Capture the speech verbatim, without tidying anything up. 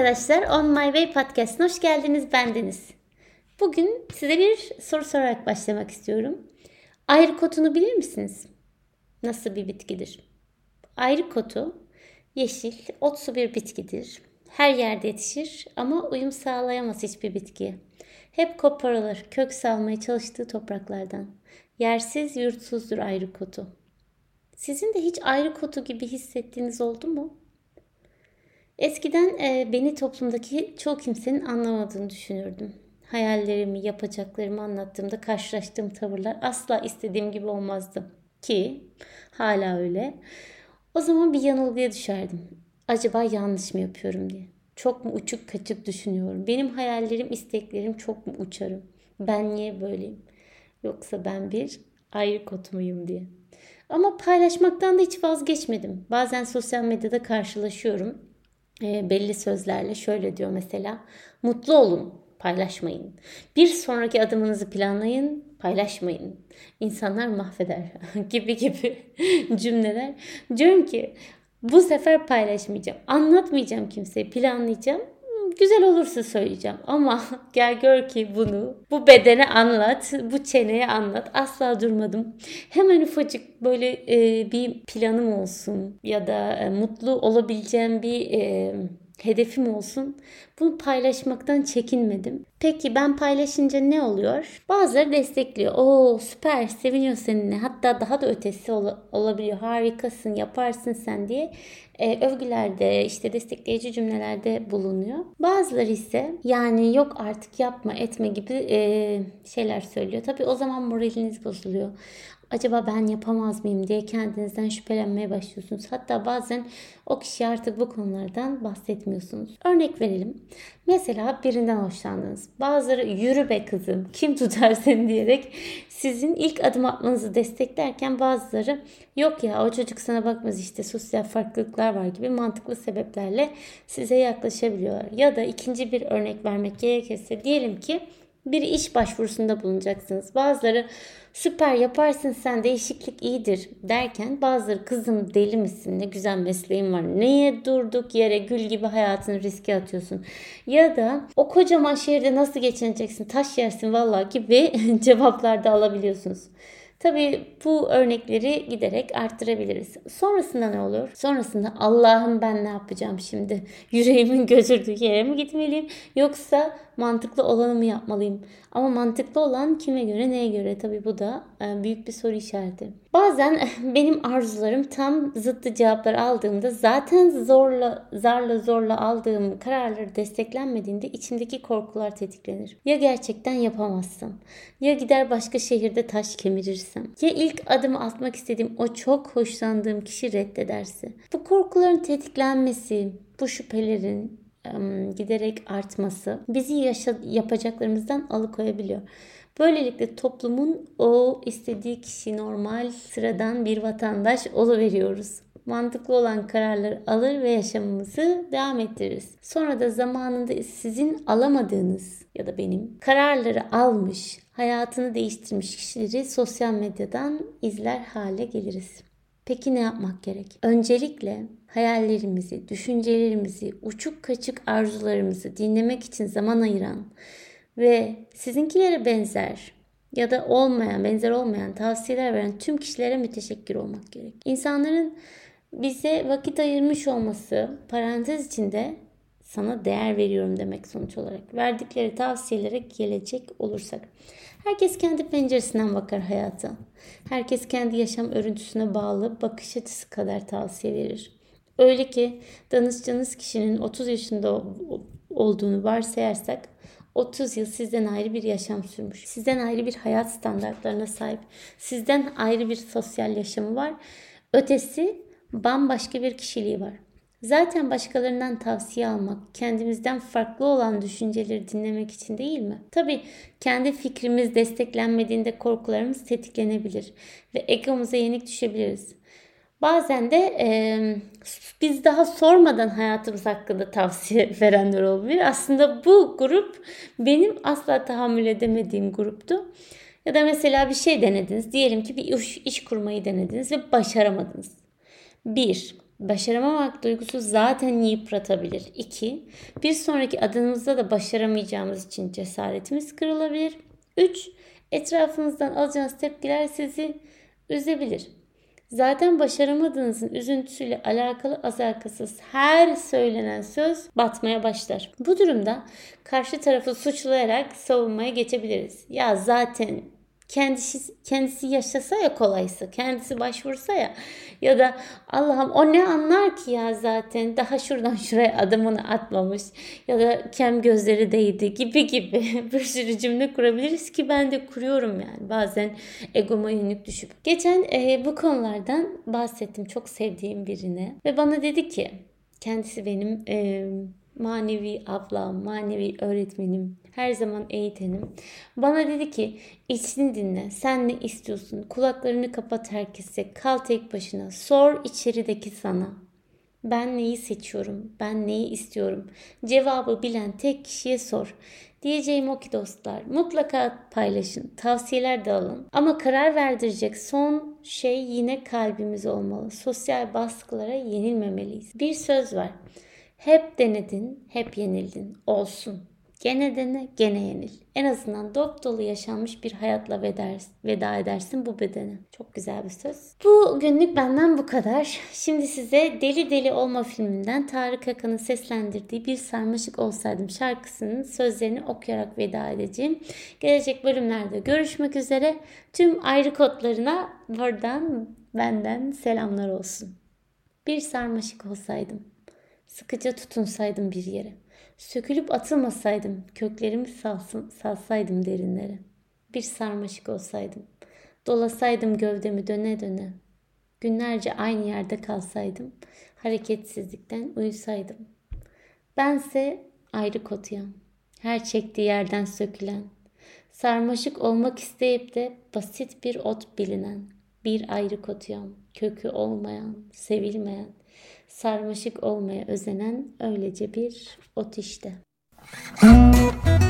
arkadaşlar, On My Way Podcast'ına hoş geldiniz. Bendeniz. Bugün size bir soru sorarak başlamak istiyorum. Ayrikotu bilir misiniz? Nasıl bir bitkidir? Ayrikotu yeşil, otsu bir bitkidir. Her yerde yetişir ama uyum sağlayamaz hiçbir bitkiye. Hep koparılır kök salmaya çalıştığı topraklardan. Yersiz, yurtsuzdur ayrikotu. Sizin de hiç ayrikotu gibi hissettiğiniz oldu mu? Eskiden e, beni toplumdaki çoğu kimsenin anlamadığını düşünürdüm. Hayallerimi, yapacaklarımı anlattığımda karşılaştığım tavırlar asla istediğim gibi olmazdı. Ki hala öyle. O zaman bir yanılgıya düşerdim. Acaba yanlış mı yapıyorum diye. Çok mu uçuk kaçık düşünüyorum. Benim hayallerim, isteklerim çok mu uçarım? Ben niye böyleyim? Yoksa ben bir ayrıkot muyum diye. Ama paylaşmaktan da hiç vazgeçmedim. Bazen sosyal medyada karşılaşıyorum. E, belli sözlerle şöyle diyor mesela. Mutlu olun, paylaşmayın. Bir sonraki adımınızı planlayın, paylaşmayın. İnsanlar mahveder gibi gibi cümleler. Diyorum ki bu sefer paylaşmayacağım. Anlatmayacağım kimseye, planlayacağım. Güzel olursa söyleyeceğim ama gel gör ki bunu bu bedene anlat, bu çeneye anlat. Asla durmadım. Hemen ufacık böyle e, bir planım olsun ya da e, mutlu olabileceğim bir e, hedefim olsun. Bunu paylaşmaktan çekinmedim. Peki ben paylaşınca ne oluyor? Bazıları destekliyor. Oo süper, seviniyor seninle. Hatta daha da ötesi ol- olabiliyor. Harikasın, yaparsın sen diye e, övgülerde, işte destekleyici cümlelerde bulunuyor. Bazıları ise yani yok artık yapma etme gibi e, şeyler söylüyor. Tabii o zaman moraliniz bozuluyor. Acaba ben yapamaz mıyım diye kendinizden şüphelenmeye başlıyorsunuz. Hatta bazen o kişiye artık bu konulardan bahsetmiyorsunuz. Örnek verelim. Mesela birinden hoşlandınız. Bazıları yürü be kızım kim tutar seni diyerek sizin ilk adım atmanızı desteklerken bazıları yok ya o çocuk sana bakmaz işte sosyal farklılıklar var gibi mantıklı sebeplerle size yaklaşabiliyorlar. Ya da ikinci bir örnek vermek gerekirse diyelim ki bir iş başvurusunda bulunacaksınız. Bazıları süper yaparsın sen değişiklik iyidir derken bazıları kızım deli misin ne güzel mesleğin var. Neye durduk yere gül gibi hayatını riske atıyorsun. Ya da o kocaman şehirde nasıl geçineceksin taş yersin vallahi gibi cevaplar da alabiliyorsunuz. Tabii bu örnekleri giderek arttırabiliriz. Sonrasında ne olur? Sonrasında Allah'ım ben ne yapacağım şimdi? Yüreğimin götürdüğü yere mi gitmeliyim? Yoksa mantıklı olanı mı yapmalıyım? Ama mantıklı olan kime göre neye göre? Tabii bu da büyük bir soru işareti. Bazen benim arzularım tam zıttı cevaplar aldığımda zaten zorla zarla zorla aldığım kararları desteklenmediğinde içimdeki korkular tetiklenir. Ya gerçekten yapamazsam? Ya gider başka şehirde taş kemirirsem? Ya ilk adımı atmak istediğim o çok hoşlandığım kişi reddederse? Bu korkuların tetiklenmesi, bu şüphelerin giderek artması bizi yaşa- yapacaklarımızdan alıkoyabiliyor. Böylelikle toplumun o istediği kişi normal, sıradan bir vatandaş oluveriyoruz. Mantıklı olan kararları alır ve yaşamımızı devam ettiririz. Sonra da zamanında sizin alamadığınız ya da benim kararları almış, hayatını değiştirmiş kişileri sosyal medyadan izler hale geliriz. Peki ne yapmak gerek? Öncelikle hayallerimizi, düşüncelerimizi, uçuk kaçık arzularımızı dinlemek için zaman ayıran ve sizinkilere benzer ya da olmayan, benzer olmayan tavsiyeler veren tüm kişilere müteşekkir olmak gerek. İnsanların bize vakit ayırmış olması parantez içinde sana değer veriyorum demek sonuç olarak. Verdikleri tavsiyelere gelecek olursak. Herkes kendi penceresinden bakar hayata. Herkes kendi yaşam örüntüsüne bağlı bakış açısı kadar tavsiye verir. Öyle ki danışacağınız kişinin otuz yaşında olduğunu varsayarsak otuz yıl sizden ayrı bir yaşam sürmüş. Sizden ayrı bir hayat standartlarına sahip. Sizden ayrı bir sosyal yaşamı var. Ötesi bambaşka bir kişiliği var. Zaten başkalarından tavsiye almak, kendimizden farklı olan düşünceleri dinlemek için değil mi? Tabii kendi fikrimiz desteklenmediğinde korkularımız tetiklenebilir ve egomuza yenik düşebiliriz. Bazen de e, biz daha sormadan hayatımız hakkında tavsiye verenler olabilir. Aslında bu grup benim asla tahammül edemediğim gruptu. Ya da mesela bir şey denediniz. Diyelim ki bir iş, iş kurmayı denediniz ve başaramadınız. Bir, Başaramamak duygusu zaten yıpratabilir. İki, bir sonraki adımımızda da başaramayacağımız için cesaretimiz kırılabilir. Üç, etrafınızdan alacağınız tepkiler sizi üzebilir. Zaten başaramadığınızın üzüntüsüyle alakalı alakasız her söylenen söz batmaya başlar. Bu durumda karşı tarafı suçlayarak savunmaya geçebiliriz. Ya zaten kendisi, kendisi yaşasa ya kolaysa, kendisi başvursa ya ya da Allah'ım o ne anlar ki ya zaten daha şuradan şuraya adımını atmamış ya da kem gözleri değdi gibi gibi bir sürü cümle kurabiliriz ki ben de kuruyorum yani bazen egoma yenik düşüp. Geçen e, bu konulardan bahsettim çok sevdiğim birine ve bana dedi ki kendisi benim e, manevi ablam, manevi öğretmenim, her zaman eğitenim. Bana dedi ki içini dinle, sen ne istiyorsun? Kulaklarını kapat herkese, kal tek başına, sor içerideki sana. Ben neyi seçiyorum? Ben neyi istiyorum? Cevabı bilen tek kişiye sor. Diyeceğim o ki dostlar, mutlaka paylaşın, tavsiyeler de alın. Ama karar verdirecek son şey yine kalbimiz olmalı. Sosyal baskılara yenilmemeliyiz. Bir söz var. Hep denedin, hep yenildin. Olsun. Gene dene, gene yenil. En azından dop dolu yaşanmış bir hayatla veda edersin bu bedene. Çok güzel bir söz. Bu günlük benden bu kadar. Şimdi size Deli Deli Olma filminden Tarık Akan'ın seslendirdiği Bir Sarmaşık Olsaydım şarkısının sözlerini okuyarak veda edeceğim. Gelecek bölümlerde görüşmek üzere. Tüm ayrı kodlarına buradan benden selamlar olsun. Bir sarmaşık olsaydım. Sıkıca tutunsaydım bir yere. Sökülüp atılmasaydım, köklerimi salsın, salsaydım derinlere. Bir sarmaşık olsaydım, dolasaydım gövdemi döne döne. Günlerce aynı yerde kalsaydım, hareketsizlikten uyusaydım. Bense ayrı kotuyam, her çektiği yerden sökülen. Sarmaşık olmak isteyip de basit bir ot bilinen. Bir ayrı kotuyam, kökü olmayan, sevilmeyen. Sarmaşık olmaya özenen öylece bir ot işte.